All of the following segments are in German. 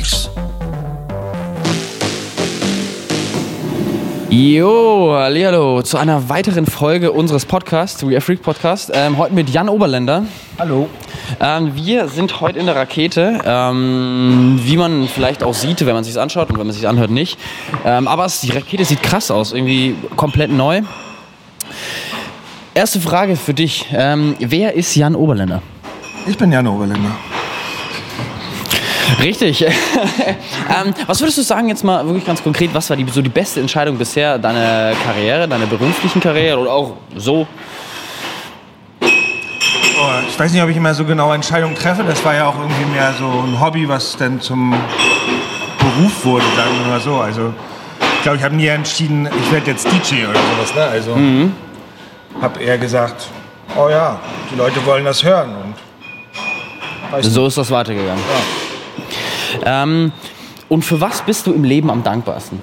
Freaks. Jo, hallihallo, zu einer weiteren Folge unseres Podcasts, We Are Freak Podcast. Heute mit Jan Oberländer. Hallo. Wir sind heute in der Rakete, wie man vielleicht auch sieht, wenn man es sich anschaut und wenn man es sich anhört nicht. Aber die Rakete sieht krass aus, irgendwie komplett neu. Erste Frage für dich, wer ist Jan Oberländer? Ich bin Jan Oberländer. Richtig. Was würdest du sagen jetzt mal wirklich ganz konkret, was war die beste Entscheidung bisher, deine Karriere, deine beruflichen Karriere oder auch so? Ich weiß nicht, ob ich immer so genau Entscheidungen treffe. Das war ja auch irgendwie mehr so ein Hobby, was dann zum Beruf wurde, sagen wir mal so. Also ich glaube, ich habe nie entschieden, ich werde jetzt DJ oder sowas. Ne? Also habe eher gesagt, oh ja, die Leute wollen das hören. Und so ist das weitergegangen. Ja. Und für was bist du im Leben am dankbarsten?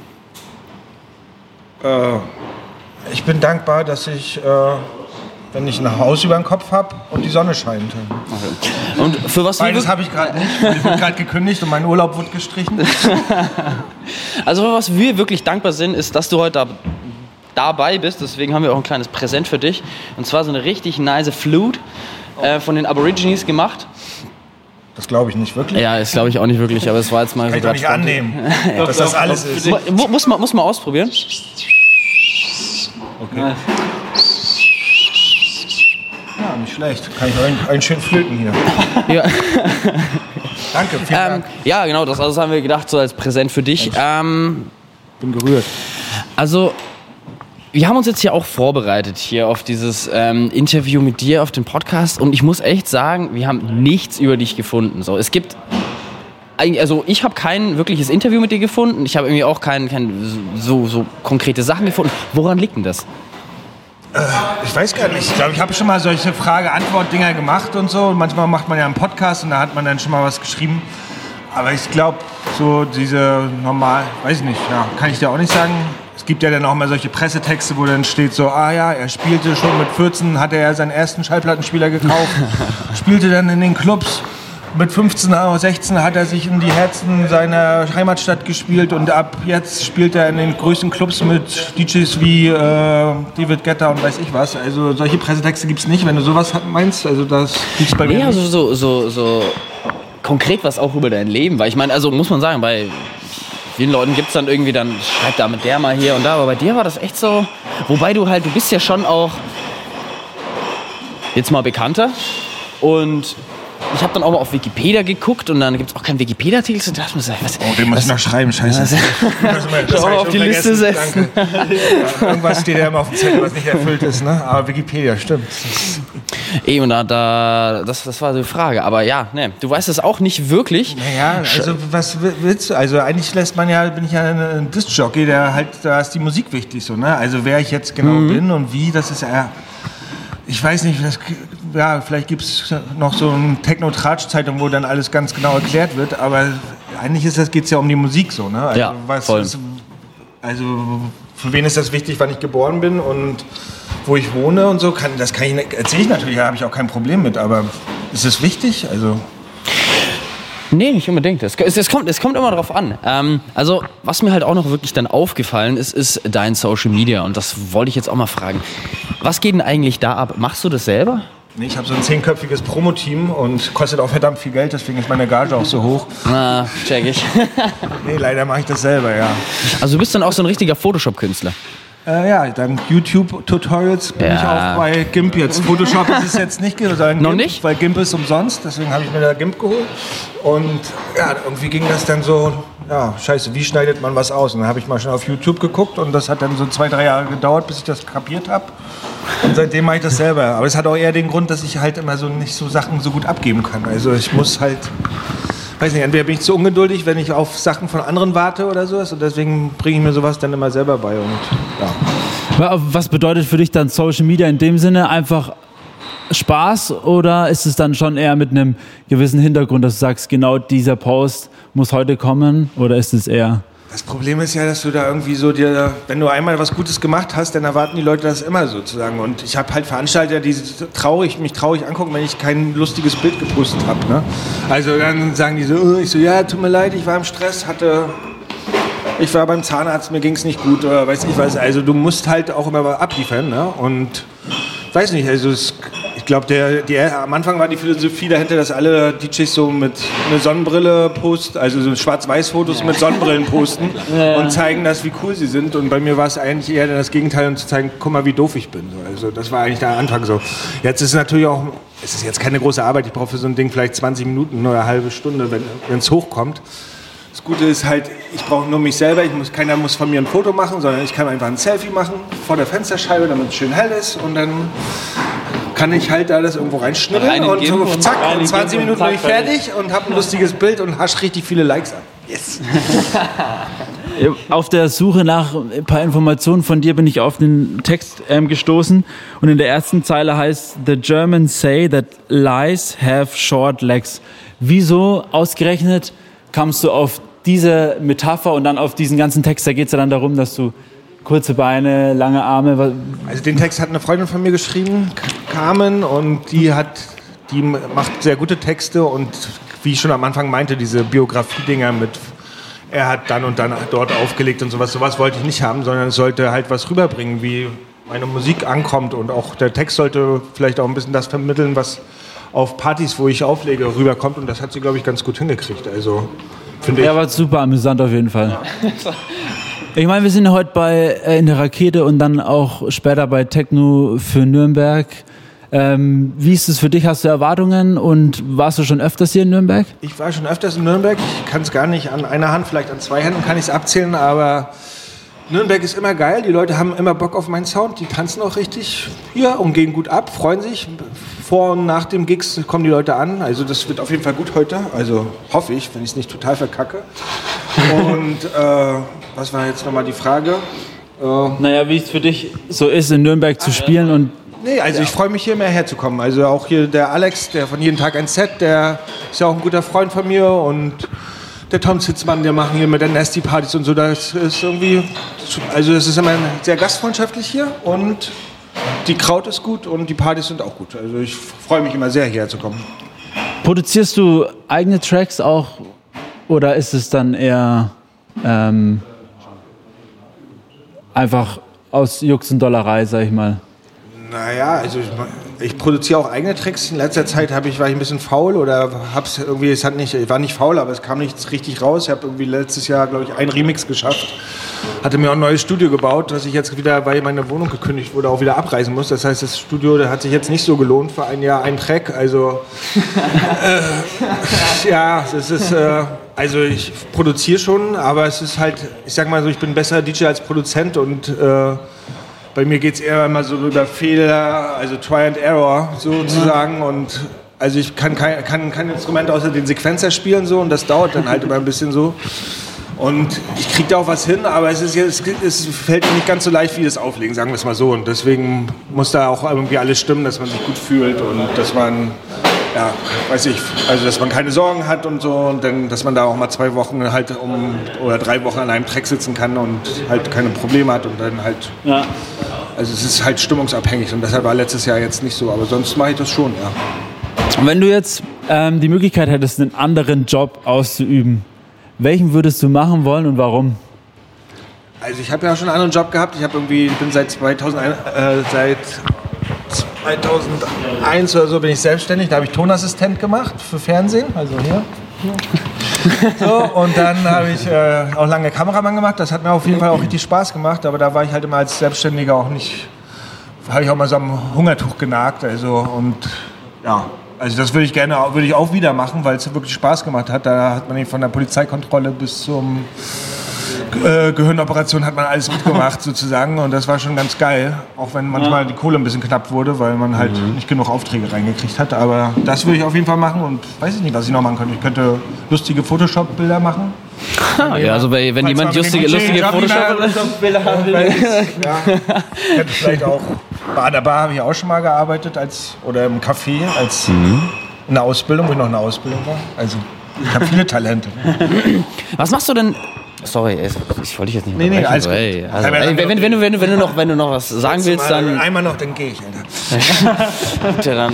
Ich bin dankbar, dass ich, wenn ich ein Haus über den Kopf habe und die Sonne scheint. Okay. Und für was? Beides habe ich gerade nicht. Ich wurde gerade gekündigt und mein Urlaub wurde gestrichen. Also für was wir wirklich dankbar sind, ist, dass du heute dabei bist. Deswegen haben wir auch ein kleines Präsent für dich. Und zwar so eine richtig nice Flute von den Aborigines gemacht. Das glaube ich nicht wirklich. Ja, das glaube ich auch nicht wirklich, aber es war jetzt mal kann so. Kann ich doch nicht annehmen, dass das alles ist. Muss man ausprobieren. Okay. Ja, nicht schlecht. Kann ich einen schönen flöten hier. Ja. Danke, vielen Dank. Ja, genau, das haben wir gedacht, so als Präsent für dich. Bin gerührt. Also, wir haben uns jetzt hier auch vorbereitet hier auf dieses Interview mit dir auf dem Podcast und ich muss echt sagen, wir haben nichts über dich gefunden. So, es gibt, also ich habe kein wirkliches Interview mit dir gefunden, ich habe irgendwie auch keine so konkrete Sachen gefunden. Woran liegt denn das? Ich weiß gar nicht. Ich glaube, ich habe schon mal solche Frage-Antwort-Dinger gemacht und so. Und manchmal macht man ja einen Podcast und da hat man dann schon mal was geschrieben. Aber ich glaube, so diese normal, weiß ich nicht, ja, kann ich dir auch nicht sagen. Es gibt ja dann auch mal solche Pressetexte, wo dann steht so, er spielte schon mit 14, hatte er seinen ersten Schallplattenspieler gekauft, spielte dann in den Clubs. Mit 15, 16 hat er sich in die Herzen seiner Heimatstadt gespielt und ab jetzt spielt er in den größten Clubs mit DJs wie David Guetta und weiß ich was. Also solche Pressetexte gibt es nicht, wenn du sowas meinst. Also das gibt's bei mir nicht. Also so konkret was auch über dein Leben, weil ich meine, also muss man sagen, bei vielen Leuten gibt es dann irgendwie, dann schreibt da mit der mal hier und da, aber bei dir war das echt so, wobei du bist ja schon auch jetzt mal bekannter und ich habe dann auch mal auf Wikipedia geguckt und dann gibt es auch keinen Wikipedia-Artikel und dachte mir so, den muss ich noch schreiben, scheiße. Das auch auf die Liste setzen. Ja, irgendwas steht ja immer auf dem Zettel, was nicht erfüllt ist, ne? Aber Wikipedia, stimmt. Und das war so die Frage. Aber ja, ne, du weißt es auch nicht wirklich. Naja, also was willst du? Also eigentlich bin ich ja ein Disc-Jockey, da ist die Musik wichtig so, ne? Also wer ich jetzt genau bin und wie, das ist ja, ich weiß nicht, vielleicht gibt es noch so eine Techno-Tratsch-Zeitung, wo dann alles ganz genau erklärt wird, aber eigentlich geht es ja um die Musik so, ne? Also, ja, voll. Also für wen ist das wichtig, wann ich geboren bin und wo ich wohne und so, erzähle ich natürlich, da habe ich auch kein Problem mit, aber ist es wichtig? Also nee, nicht unbedingt. Es kommt immer drauf an. Also, was mir halt auch noch wirklich dann aufgefallen ist dein Social Media. Und das wollte ich jetzt auch mal fragen. Was geht denn eigentlich da ab? Machst du das selber? Nee, ich habe so ein 10-köpfiges Promo-Team und kostet auch verdammt viel Geld, deswegen ist meine Gage auch so hoch. Check ich. Nee, leider mache ich das selber, ja. Also du bist dann auch so ein richtiger Photoshop-Künstler? Ja, dank YouTube-Tutorials bin ich auch bei GIMP jetzt. Photoshop ist es jetzt nicht, sondern noch GIMP, nicht? Weil GIMP ist umsonst, deswegen habe ich mir da GIMP geholt. Und ja, irgendwie ging das dann so, ja, scheiße, wie schneidet man was aus? Und dann habe ich mal schon auf YouTube geguckt und das hat dann so 2-3 Jahre gedauert, bis ich das kapiert habe. Und seitdem mache ich das selber. Aber es hat auch eher den Grund, dass ich halt immer so nicht so Sachen so gut abgeben kann. Also ich muss halt, weiß nicht, entweder bin ich zu ungeduldig, wenn ich auf Sachen von anderen warte oder sowas. Und deswegen bringe ich mir sowas dann immer selber bei. Und ja. Was bedeutet für dich dann Social Media in dem Sinne? Einfach Spaß oder ist es dann schon eher mit einem gewissen Hintergrund, dass du sagst, genau dieser Post muss heute kommen? Oder ist es eher... Das Problem ist ja, dass du da irgendwie so wenn du einmal was Gutes gemacht hast, dann erwarten die Leute das immer sozusagen. Und ich habe halt Veranstalter, die mich traurig angucken, wenn ich kein lustiges Bild gepostet habe. Ne? Also dann sagen die so, ich so, ja, tut mir leid, ich war im Stress, ich war beim Zahnarzt, mir ging es nicht gut oder weiß ich was. Also du musst halt auch immer abliefern. Ne? Und weiß nicht, also ich glaube, am Anfang war die Philosophie dahinter, dass alle DJs so mit einer Sonnenbrille posten, also so Schwarz-Weiß-Fotos mit Sonnenbrillen posten und zeigen das, wie cool sie sind. Und bei mir war es eigentlich eher das Gegenteil, um zu zeigen, guck mal, wie doof ich bin. Also das war eigentlich der Anfang so. Jetzt ist es natürlich auch, es ist jetzt keine große Arbeit, ich brauche für so ein Ding vielleicht 20 Minuten oder eine halbe Stunde, wenn es hochkommt. Das Gute ist halt, ich brauche nur mich selber, keiner muss von mir ein Foto machen, sondern ich kann einfach ein Selfie machen vor der Fensterscheibe, damit es schön hell ist und dann kann ich halt da das irgendwo reinschnibbeln und so zack, in 20 Minuten bin ich fertig und habe ein lustiges Bild und hasch richtig viele Likes an. Yes! Auf der Suche nach ein paar Informationen von dir bin ich auf den Text gestoßen und in der ersten Zeile heißt The Germans say that lies have short legs. Wieso ausgerechnet kamst du auf diese Metapher und dann auf diesen ganzen Text? Da geht es ja dann darum, dass du kurze Beine, lange Arme. Also den Text hat eine Freundin von mir geschrieben, Carmen, und die macht sehr gute Texte und wie ich schon am Anfang meinte, diese Biografie-Dinger mit er hat dann und dann dort aufgelegt und sowas wollte ich nicht haben, sondern es sollte halt was rüberbringen, wie meine Musik ankommt und auch der Text sollte vielleicht auch ein bisschen das vermitteln, was auf Partys, wo ich auflege, rüberkommt und das hat sie, glaube ich, ganz gut hingekriegt. Also finde ich. Ja, war super amüsant auf jeden Fall. Ich meine, wir sind ja heute in der Rakete und dann auch später bei Techno für Nürnberg. Wie ist es für dich? Hast du Erwartungen und warst du schon öfters hier in Nürnberg? Ich war schon öfters in Nürnberg. Ich kann es gar nicht an einer Hand, vielleicht an 2 Händen kann ich es abzählen, aber Nürnberg ist immer geil. Die Leute haben immer Bock auf meinen Sound. Die tanzen auch richtig hier und gehen gut ab, freuen sich. Vor und nach dem Gigs kommen die Leute an. Also das wird auf jeden Fall gut heute. Also hoffe ich, wenn ich es nicht total verkacke. Und was war jetzt nochmal die Frage? Naja, wie es für dich so ist, in Nürnberg zu spielen und... Nee, also ich freue mich hier mehr herzukommen. Also auch hier der Alex, der von Jeden Tag ein Set, der ist ja auch ein guter Freund von mir und der Tom Zitzmann, der machen hier mit der Nasty-Partys und so. Das ist irgendwie, also es ist immer sehr gastfreundschaftlich hier und die Kraut ist gut und die Partys sind auch gut. Also ich freue mich immer sehr, hierher zu kommen. Produzierst du eigene Tracks auch oder ist es dann eher einfach aus Jux und Dollerei, sag ich mal? Naja, also ich produziere auch eigene Tracks. In letzter Zeit war ich ein bisschen faul oder ich war nicht faul, aber es kam nichts richtig raus. Ich habe irgendwie letztes Jahr, glaube ich, einen Remix geschafft. Hatte mir auch ein neues Studio gebaut, was ich jetzt wieder, weil meine Wohnung gekündigt wurde, auch wieder abreißen muss. Das heißt, das Studio, das hat sich jetzt nicht so gelohnt für ein Jahr, ein Track. Also ja, das ist, also ich produziere schon, aber es ist halt, ich sag mal so, ich bin besser DJ als Produzent und bei mir geht es eher immer so über Fehler, also Try and Error sozusagen. Und also ich kann kein Instrument außer den Sequenzer spielen so und das dauert dann halt immer ein bisschen so. Und ich kriege da auch was hin, aber es fällt mir nicht ganz so leicht wie das Auflegen, sagen wir es mal so. Und deswegen muss da auch irgendwie alles stimmen, dass man sich gut fühlt und dass man, ja, weiß ich, also dass man keine Sorgen hat und so und dann, dass man da auch mal 2 Wochen halt oder 3 Wochen an einem Track sitzen kann und halt keine Probleme hat und dann halt, ja. Also es ist halt stimmungsabhängig und deshalb war letztes Jahr jetzt nicht so, aber sonst mache ich das schon, ja. Und wenn du jetzt die Möglichkeit hättest, einen anderen Job auszuüben, welchen würdest du machen wollen und warum? Also ich habe ja schon einen anderen Job gehabt, ich bin seit 2001 oder so bin ich selbstständig, da habe ich Tonassistent gemacht für Fernsehen, also hier. So, und dann habe ich auch lange Kameramann gemacht, das hat mir auf jeden Fall auch richtig Spaß gemacht, aber da war ich halt immer als Selbstständiger auch nicht, habe ich auch mal so am Hungertuch genagt, also und ja. Also das würde ich auch wieder machen, weil es wirklich Spaß gemacht hat. Da hat man von der Polizeikontrolle bis zum Gehirnoperation hat man alles mitgemacht sozusagen und das war schon ganz geil. Auch wenn manchmal die Kohle ein bisschen knapp wurde, weil man halt nicht genug Aufträge reingekriegt hat. Aber das würde ich auf jeden Fall machen und weiß ich nicht, was ich noch machen könnte. Ich könnte lustige Photoshop-Bilder machen. Ja, also wenn jemand lustige Photoshop-Bilder haben will. Ja, ich hätte vielleicht auch, an der Bar habe ich auch schon mal gearbeitet oder im Café in der Ausbildung, wo ich noch in der Ausbildung war. Also ich habe viele Talente. Was machst du denn Sorry, ich wollte dich jetzt nicht Nee, alles gut. Wenn du noch was sagen willst, dann... Einmal noch, dann gehe ich, Alter. Ja, dann...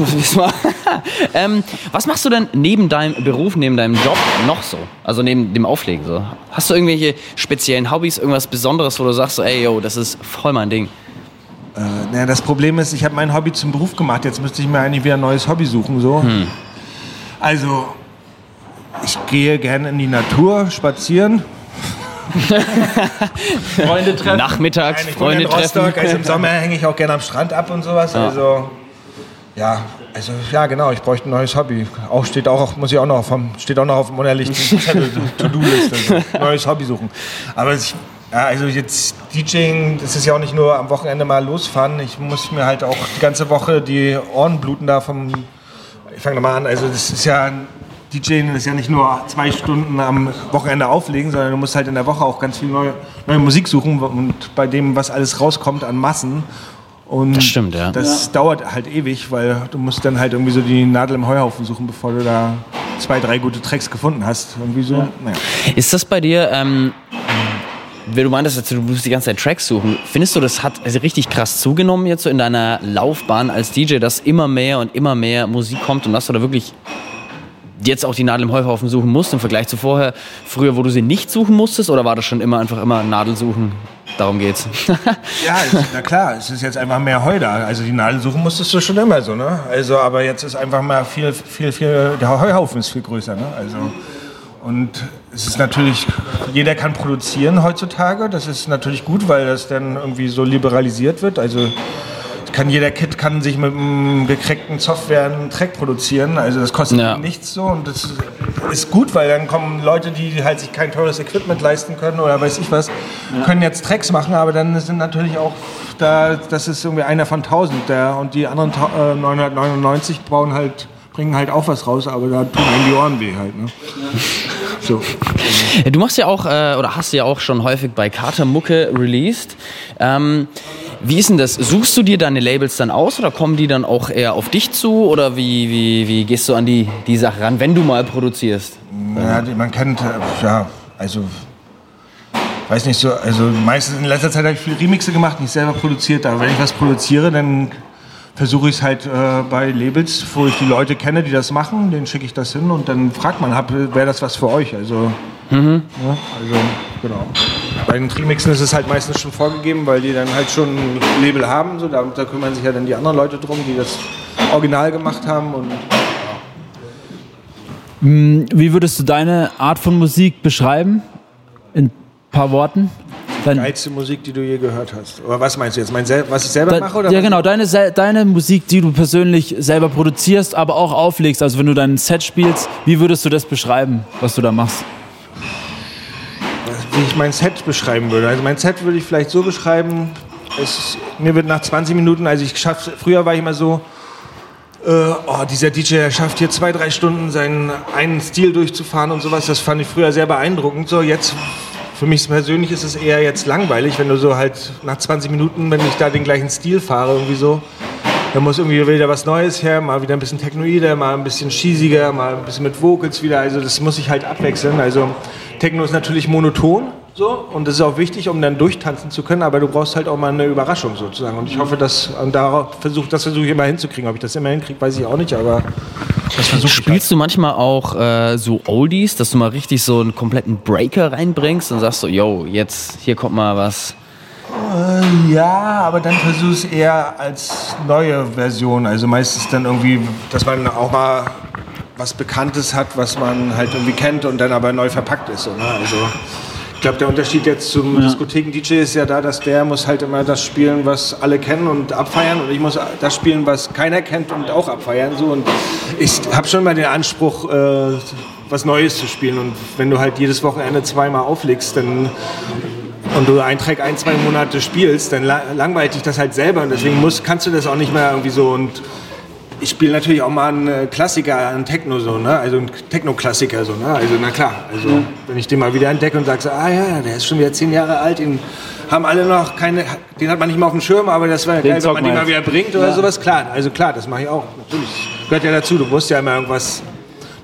was machst du denn neben deinem Beruf, neben deinem Job noch so? Also neben dem Auflegen so? Hast du irgendwelche speziellen Hobbys, irgendwas Besonderes, wo du sagst so, ey, yo, das ist voll mein Ding? Das Problem ist, ich habe mein Hobby zum Beruf gemacht. Jetzt müsste ich mir eigentlich wieder ein neues Hobby suchen. So. Also, ich gehe gerne in die Natur spazieren. Freunde treffen. Nachmittags, Ich wohne Freunde in Rostock, treffen. also im Sommer hänge ich auch gerne am Strand ab und sowas. Ja. Ja, genau, ich bräuchte ein neues Hobby. Steht auch noch auf dem unerlichteten Zettel, To-Do-Liste. Also, neues Hobby suchen. Aber also jetzt DJing, das ist ja auch nicht nur am Wochenende mal losfahren. Ich muss mir halt auch die ganze Woche die Ohren bluten da ich fange nochmal an, also das ist ja, DJing ist ja nicht nur 2 Stunden am Wochenende auflegen, sondern du musst halt in der Woche auch ganz viel neue Musik suchen und bei dem, was alles rauskommt an Massen. Und das stimmt, ja. Das dauert halt ewig, weil du musst dann halt irgendwie so die Nadel im Heuhaufen suchen, bevor du da 2, 3 gute Tracks gefunden hast. Irgendwie so. Ja. Naja. Ist das bei dir, wenn du meintest, du musst die ganze Zeit Tracks suchen, findest du, das hat richtig krass zugenommen jetzt so in deiner Laufbahn als DJ, dass immer mehr und immer mehr Musik kommt und dass du da wirklich jetzt auch die Nadel im Heuhaufen suchen musst im Vergleich zu früher, wo du sie nicht suchen musstest, oder war das schon immer Nadel suchen? Darum geht's. Ja, na klar, es ist jetzt einfach mehr Heu da. Also die Nadel suchen musstest du schon immer so, ne? Also, aber jetzt ist einfach mal viel, der Heuhaufen ist viel größer, ne? Also, und es ist natürlich, jeder kann produzieren heutzutage. Das ist natürlich gut, weil das dann irgendwie so liberalisiert wird. Also jeder Kid kann sich mit einem gecrackten Software einen Track produzieren. Also das kostet nichts so. Und das ist gut, weil dann kommen Leute, die halt sich kein teures Equipment leisten können oder weiß ich was, können jetzt Tracks machen. Aber dann sind natürlich auch da, das ist irgendwie einer von 1000. Und die anderen 999 bringen halt auch was raus, aber da tun einem die Ohren weh halt. Ne? So. Du machst ja auch, oder hast ja auch schon häufig bei Kater Mucke released. Wie ist denn das? Suchst du dir deine Labels dann aus oder kommen die dann auch eher auf dich zu? Oder wie gehst du an die Sache ran, wenn du mal produzierst? Ja, man kennt, weiß nicht so, also meistens in letzter Zeit habe ich viel Remixe gemacht, nicht selber produziert, aber wenn ich was produziere, dann versuche ich es halt bei Labels, wo ich die Leute kenne, die das machen, denen schicke ich das hin und dann fragt man, wäre das was für euch? Also, genau. Bei den Remixen ist es halt meistens schon vorgegeben, weil die dann halt schon ein Label haben, so, da kümmern sich ja dann die anderen Leute drum, die das Original gemacht haben. Und wie würdest du deine Art von Musik beschreiben? In ein paar Worten? Geilste Musik, die du je gehört hast. Oder was meinst du jetzt? Was ich selber mache? Oder ja, genau. Deine Musik, die du persönlich selber produzierst, aber auch auflegst. Also wenn du dein Set spielst, wie würdest du das beschreiben, was du da machst? Wie ich mein Set beschreiben würde. Also mein Set würde ich vielleicht so beschreiben, mir wird nach 20 Minuten, früher war ich immer so, dieser DJ, der schafft hier 2-3 Stunden seinen einen Stil durchzufahren und sowas. Das fand ich früher sehr beeindruckend. So jetzt, für mich persönlich ist es eher jetzt langweilig, wenn du so halt nach 20 Minuten, wenn ich da den gleichen Stil fahre, irgendwie so, dann muss irgendwie wieder was Neues her, mal wieder ein bisschen technoider, mal ein bisschen cheesiger, mal ein bisschen mit Vocals wieder. Also das muss ich halt abwechseln. Also Techno ist natürlich monoton, so, und das ist auch wichtig, um dann durchtanzen zu können, aber du brauchst halt auch mal eine Überraschung sozusagen. Und ich hoffe, das versuche ich immer hinzukriegen. Ob ich das immer hinkriege, weiß ich auch nicht, aber das versuche ich. Spielst du manchmal auch so Oldies, dass du mal richtig so einen kompletten Breaker reinbringst und sagst so, yo, jetzt, hier kommt mal was? Ja, aber dann versuche ich es eher als neue Version. Also meistens dann irgendwie, dass man auch mal was Bekanntes hat, was man halt irgendwie kennt und dann aber neu verpackt ist. So, ne? Also ich glaube, der Unterschied jetzt zum Diskotheken-DJ ist ja da, dass der muss halt immer das spielen, was alle kennen und abfeiern, und ich muss das spielen, was keiner kennt und auch abfeiern. So. Und ich habe schon mal den Anspruch, was Neues zu spielen, und wenn du halt jedes Wochenende 2-mal auflegst, dann und du einen Track 1-2 Monate spielst, dann langweilt dich das halt selber, und deswegen kannst du das auch nicht mehr irgendwie so. Und ich spiele natürlich auch mal einen Klassiker, einen Techno so, ne? Also einen Techno-Klassiker so, ne? Also na klar, also wenn ich den mal wieder entdecke und sage so, der ist schon wieder 10 Jahre alt, den haben alle noch den hat man nicht mal auf dem Schirm, aber das wäre geil, wenn man den mal wieder bringt oder sowas, klar, also klar, das mache ich auch, natürlich, gehört ja dazu, du musst ja immer irgendwas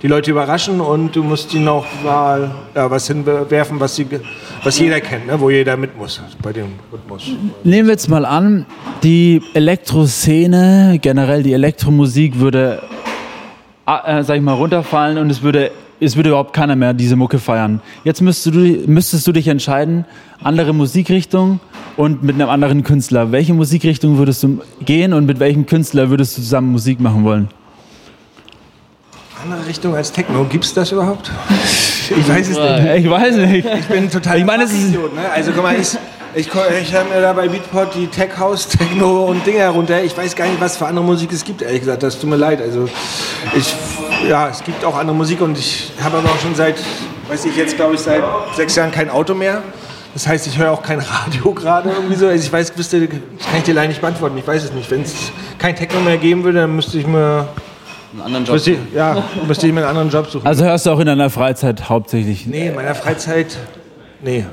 die Leute überraschen und du musst ihnen auch mal was hinwerfen, was jeder kennt, ne? Wo jeder mit muss bei dem Rhythmus. Nehmen wir jetzt mal an, die Elektroszene, generell die Elektromusik würde, sag ich mal, runterfallen und es würde überhaupt keiner mehr diese Mucke feiern. Jetzt müsstest du dich entscheiden, andere Musikrichtung und mit einem anderen Künstler. Welche Musikrichtung würdest du gehen und mit welchem Künstler würdest du zusammen Musik machen wollen? Andere Richtung als Techno, gibt's das überhaupt? Ich weiß es nicht. Ich weiß nicht. Ich bin total Idiot, ne? Also guck mal, ich habe mir da bei Beatport die Tech House, Techno und Dinger runter. Ich weiß gar nicht, was für andere Musik es gibt, ehrlich gesagt. Das tut mir leid. Also es gibt auch andere Musik und ich habe aber auch schon seit 6 Jahren kein Auto mehr. Das heißt, ich höre auch kein Radio gerade irgendwie so. Also ich weiß, das kann ich dir leider nicht beantworten. Ich weiß es nicht. Wenn es kein Techno mehr geben würde, dann müsste ich mir einen anderen Job müsste ich mir einen anderen Job suchen. Also hörst du auch in deiner Freizeit hauptsächlich? Nee, in meiner Freizeit. Nee.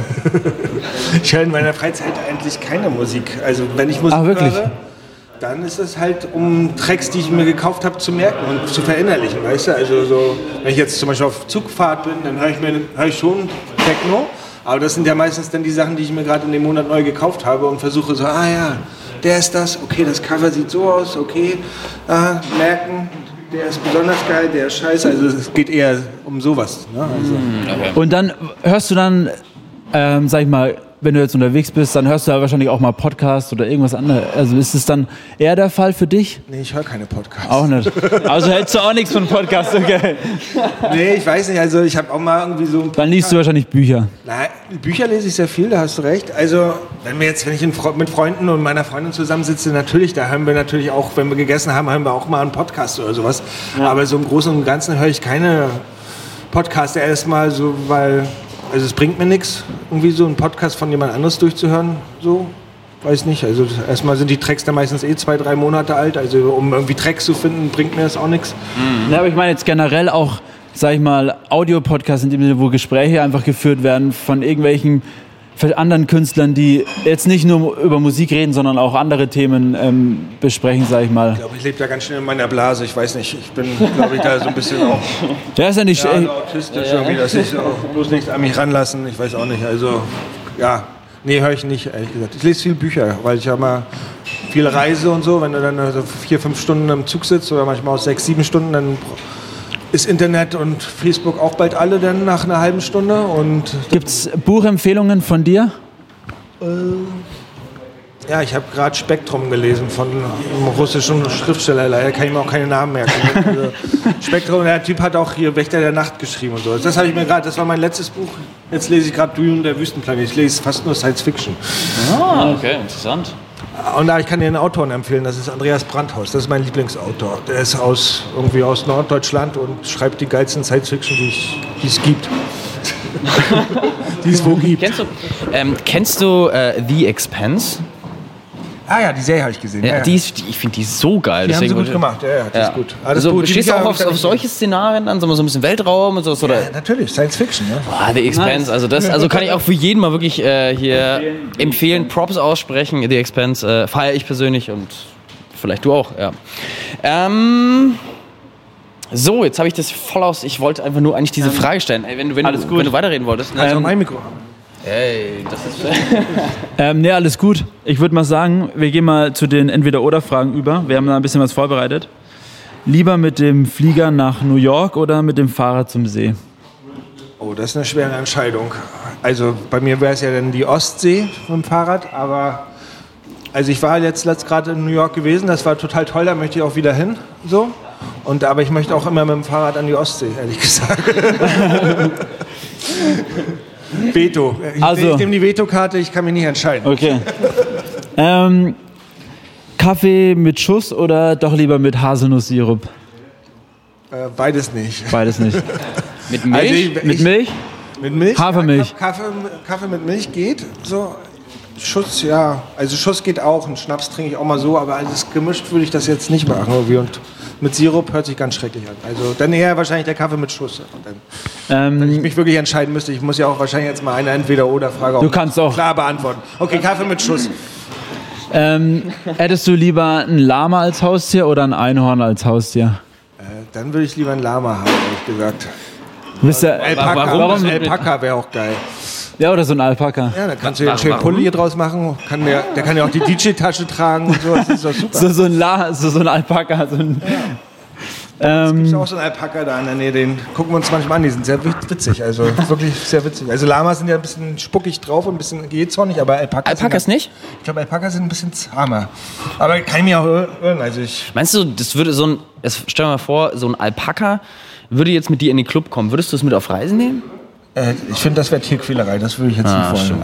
Ich höre in meiner Freizeit eigentlich keine Musik. Also wenn ich Musik höre, dann ist es halt um Tracks, die ich mir gekauft habe, zu merken und zu verinnerlichen, weißt du? Also so, wenn ich jetzt zum Beispiel auf Zugfahrt bin, dann höre ich schon Techno. Aber das sind ja meistens dann die Sachen, die ich mir gerade in dem Monat neu gekauft habe und versuche so, der ist das, okay, das Cover sieht so aus, okay, merken, der ist besonders geil, der ist scheiße, also es geht eher um sowas. Ne? Also. Okay. Und dann hörst du dann, sag ich mal, wenn du jetzt unterwegs bist, dann hörst du ja wahrscheinlich auch mal Podcasts oder irgendwas anderes. Also ist es dann eher der Fall für dich? Nee, ich höre keine Podcasts. Auch nicht. Also hältst du auch nichts von Podcasts, okay? Nee, ich weiß nicht, also ich habe auch mal irgendwie so... Dann liest du wahrscheinlich Bücher. Nein, Bücher lese ich sehr viel, da hast du recht. Also wenn ich mit Freunden und meiner Freundin zusammensitze, natürlich, da hören wir natürlich auch, wenn wir gegessen haben, hören wir auch mal einen Podcast oder sowas. Ja. Aber so im Großen und Ganzen höre ich keine Podcasts erstmal so, weil... Also es bringt mir nichts, irgendwie so einen Podcast von jemand anderes durchzuhören, so, weiß nicht. Also erstmal sind die Tracks dann meistens 2-3 Monate alt, also um irgendwie Tracks zu finden, bringt mir das auch nichts. Ja, aber ich meine jetzt generell auch, sag ich mal, Audio-Podcasts, wo Gespräche einfach geführt werden von irgendwelchen anderen Künstlern, die jetzt nicht nur über Musik reden, sondern auch andere Themen besprechen, sag ich mal. Ich glaube, ich lebe da ganz schnell in meiner Blase, ich weiß nicht, ich bin, glaube ich, da so ein bisschen auch der ist ja nicht autistisch irgendwie, dass ich auch bloß nicht an mich ranlassen, ich weiß auch nicht, also, nee, höre ich nicht, ehrlich gesagt. Ich lese viel Bücher, weil ich ja mal viel reise und so, wenn du dann so 4-5 Stunden im Zug sitzt oder manchmal auch 6-7 Stunden, dann ist Internet und Facebook auch bald alle dann nach einer halben Stunde. Gibt's Buchempfehlungen von dir? Ja, ich habe gerade Spektrum gelesen von einem russischen Schriftsteller, leider kann ich mir auch keine Namen merken. Also Spektrum, der Typ hat auch hier Wächter der Nacht geschrieben und so. Das habe ich mir gerade, das war mein letztes Buch. Jetzt lese ich gerade Dune, der Wüstenplanet. Ich lese fast nur Science Fiction. Ah, okay, interessant. Und ich kann dir einen Autoren empfehlen, das ist Andreas Brandhaus, das ist mein Lieblingsautor. Der ist aus Norddeutschland und schreibt die geilsten Science-Fiction, die es gibt. Die es wo gibt. Kennst du The Expanse? Ah ja, die Serie habe ich gesehen. Ja, ja. Ich finde die so geil. Die haben sie gut gemacht, die ist gut. Also gut. Stehst du auch auf solche Szenarien an, so ein bisschen Weltraum und so? Oder? Ja, natürlich, Science Fiction. Ja. The Expanse, also kann ich auch für jeden mal wirklich hier empfehlen, Props aussprechen. The Expanse feiere ich persönlich und vielleicht du auch, ja. So, jetzt habe ich das voll aus. Ich wollte einfach nur eigentlich diese Frage stellen. Ey, wenn du weiterreden wolltest. Also mein Mikro haben. Ey, das ist... nee, alles gut. Ich würde mal sagen, wir gehen mal zu den Entweder-Oder-Fragen über. Wir haben da ein bisschen was vorbereitet. Lieber mit dem Flieger nach New York oder mit dem Fahrrad zum See? Oh, das ist eine schwere Entscheidung. Also bei mir wäre es ja dann die Ostsee mit dem Fahrrad, aber... Also ich war jetzt gerade in New York gewesen, das war total toll, da möchte ich auch wieder hin, so. Aber ich möchte auch immer mit dem Fahrrad an die Ostsee, ehrlich gesagt. Veto. Ich nehme die Vetokarte, ich kann mich nicht entscheiden. Okay. Kaffee mit Schuss oder doch lieber mit Haselnusssirup? Beides nicht. Beides nicht. Mit Milch? Also mit Milch? Mit Milch? Hafermilch. Kaffee mit Milch geht, so. Schuss, ja. Also Schuss geht auch. Einen Schnaps trinke ich auch mal so, aber alles gemischt würde ich das jetzt nicht machen. Und mit Sirup hört sich ganz schrecklich an. Also dann eher wahrscheinlich der Kaffee mit Schuss. Und dann, wenn ich mich wirklich entscheiden müsste, ich muss ja auch wahrscheinlich jetzt mal eine Entweder-Oder-Frage klar beantworten. Okay, Kaffee mit Schuss. Hättest du lieber ein Lama als Haustier oder ein Einhorn als Haustier? Dann würde ich lieber ein Lama haben, ehrlich gesagt. Alpaka. Warum? Alpaka wäre auch geil. Ja, oder so ein Alpaka. Ja, da kannst du ja einen schönen Pulli draus machen. Der kann ja auch die DJ-Tasche tragen und so. Das ist doch super. So ein Alpaka. Es gibt auch so einen Alpaka da in der Nähe, den gucken wir uns manchmal an. Die sind sehr witzig, also wirklich sehr witzig. Also Lamas sind ja ein bisschen spuckig drauf und ein bisschen jähzornig, aber Alpakas nicht? Ich glaube, Alpakas sind ein bisschen zahmer. Aber kann ich mir auch irren. Also Meinst du, das würde stell dir mal vor, so ein Alpaka würde jetzt mit dir in den Club kommen. Würdest du es mit auf Reisen nehmen? Ich finde, das wäre Tierquälerei, das würde ich jetzt nicht wollen.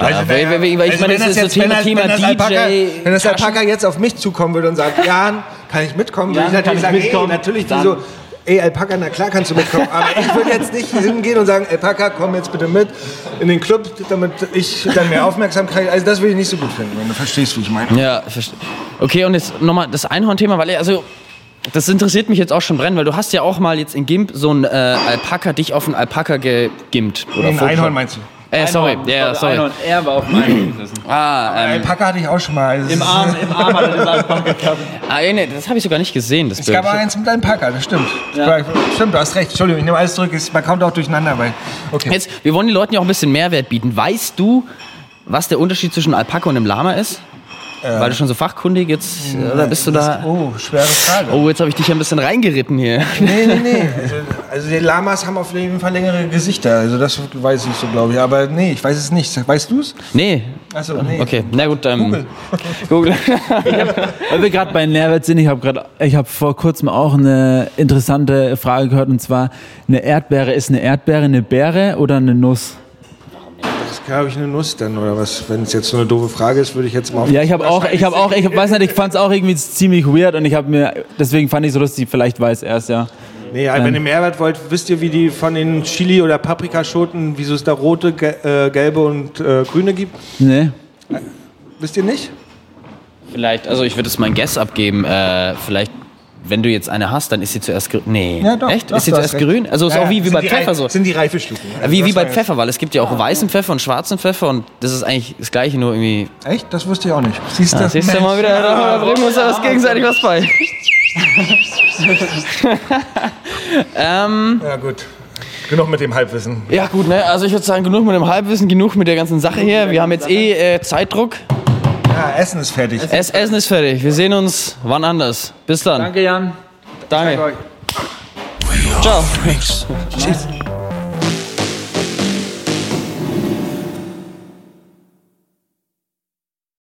Wenn das Alpaka jetzt auf mich zukommen würde und sagt, Jan, kann ich mitkommen? Würde ich natürlich sagen, natürlich, wieso? Alpaka, na klar kannst du mitkommen. Aber ich würde jetzt nicht hingehen und sagen, Alpaka, komm jetzt bitte mit in den Club, damit ich dann mehr Aufmerksamkeit, also das würde ich nicht so gut finden, wenn du verstehst, wie ich meine. Ja, ich verstehe. Okay, und jetzt nochmal das Einhorn-Thema, weil das interessiert mich jetzt auch schon brennend, weil du hast ja auch mal jetzt in GIMP so ein Alpaka, dich auf ein Alpaka gegimpt. Oder ein Einhorn meinst du? Sorry. Einhorn, er war auf dem Einhorn gesessen. Alpaka hatte ich auch schon mal. Im Arm hat er das Alpaka gehabt. Nee, das habe ich sogar nicht gesehen. Das es gab auch eins mit Alpaka, das stimmt. Ja. Stimmt, du hast recht. Entschuldigung, ich nehme alles zurück. Man kommt auch durcheinander. Okay. Jetzt, wir wollen den Leuten ja auch ein bisschen Mehrwert bieten. Weißt du, was der Unterschied zwischen Alpaka und einem Lama ist? Weil du schon so fachkundig jetzt, oder bist du da? Oh, schwere Frage. Oh, jetzt habe ich dich ein bisschen reingeritten hier. Nee. Also die Lamas haben auf jeden Fall längere Gesichter. Also das weiß ich so, glaube ich. Aber nee, ich weiß es nicht. Weißt du es? Nee. Achso, nee. Okay, na gut. Google. Weil wir gerade bei Nährwert sind, ich habe vor kurzem auch eine interessante Frage gehört. Und zwar, eine Erdbeere, ist eine Erdbeere eine Beere oder eine Nuss? Habe ich eine Nuss dann oder was? Wenn es jetzt so eine doofe Frage ist, würde ich jetzt mal. Ja, ich fand es auch irgendwie ziemlich weird und deswegen fand ich so lustig, vielleicht weiß er es ja. Nee, wenn ihr Mehrwert wollt, wisst ihr, wie die von den Chili- oder Paprikaschoten, wieso es da rote, gelbe und grüne gibt? Nee. Wisst ihr nicht? Vielleicht, also ich würde es mal ein Guess abgeben, vielleicht. Wenn du jetzt eine hast, dann ist sie zuerst grün. Nee. Ja, doch, echt? Doch, ist sie zuerst grün? Also ist auch wie bei Pfeffer so. Sind die Reifestufen. Also wie bei Pfeffer, weil es gibt ja auch weißen Pfeffer und schwarzen Pfeffer und das ist eigentlich das Gleiche, nur irgendwie... Echt? Das wusste ich auch nicht. Siehst du mal wieder, da bringen wir uns ja was gegenseitig was bei. Ja gut. Genug mit dem Halbwissen. Ja gut, ne? Also ich würde sagen, genug mit dem Halbwissen, genug mit der ganzen Sache hier. Wir haben jetzt Zeitdruck. Ja, Essen ist fertig. Essen ist fertig. Wir sehen uns wann anders. Bis dann. Danke, Jan. Danke. Ciao. Tschüss.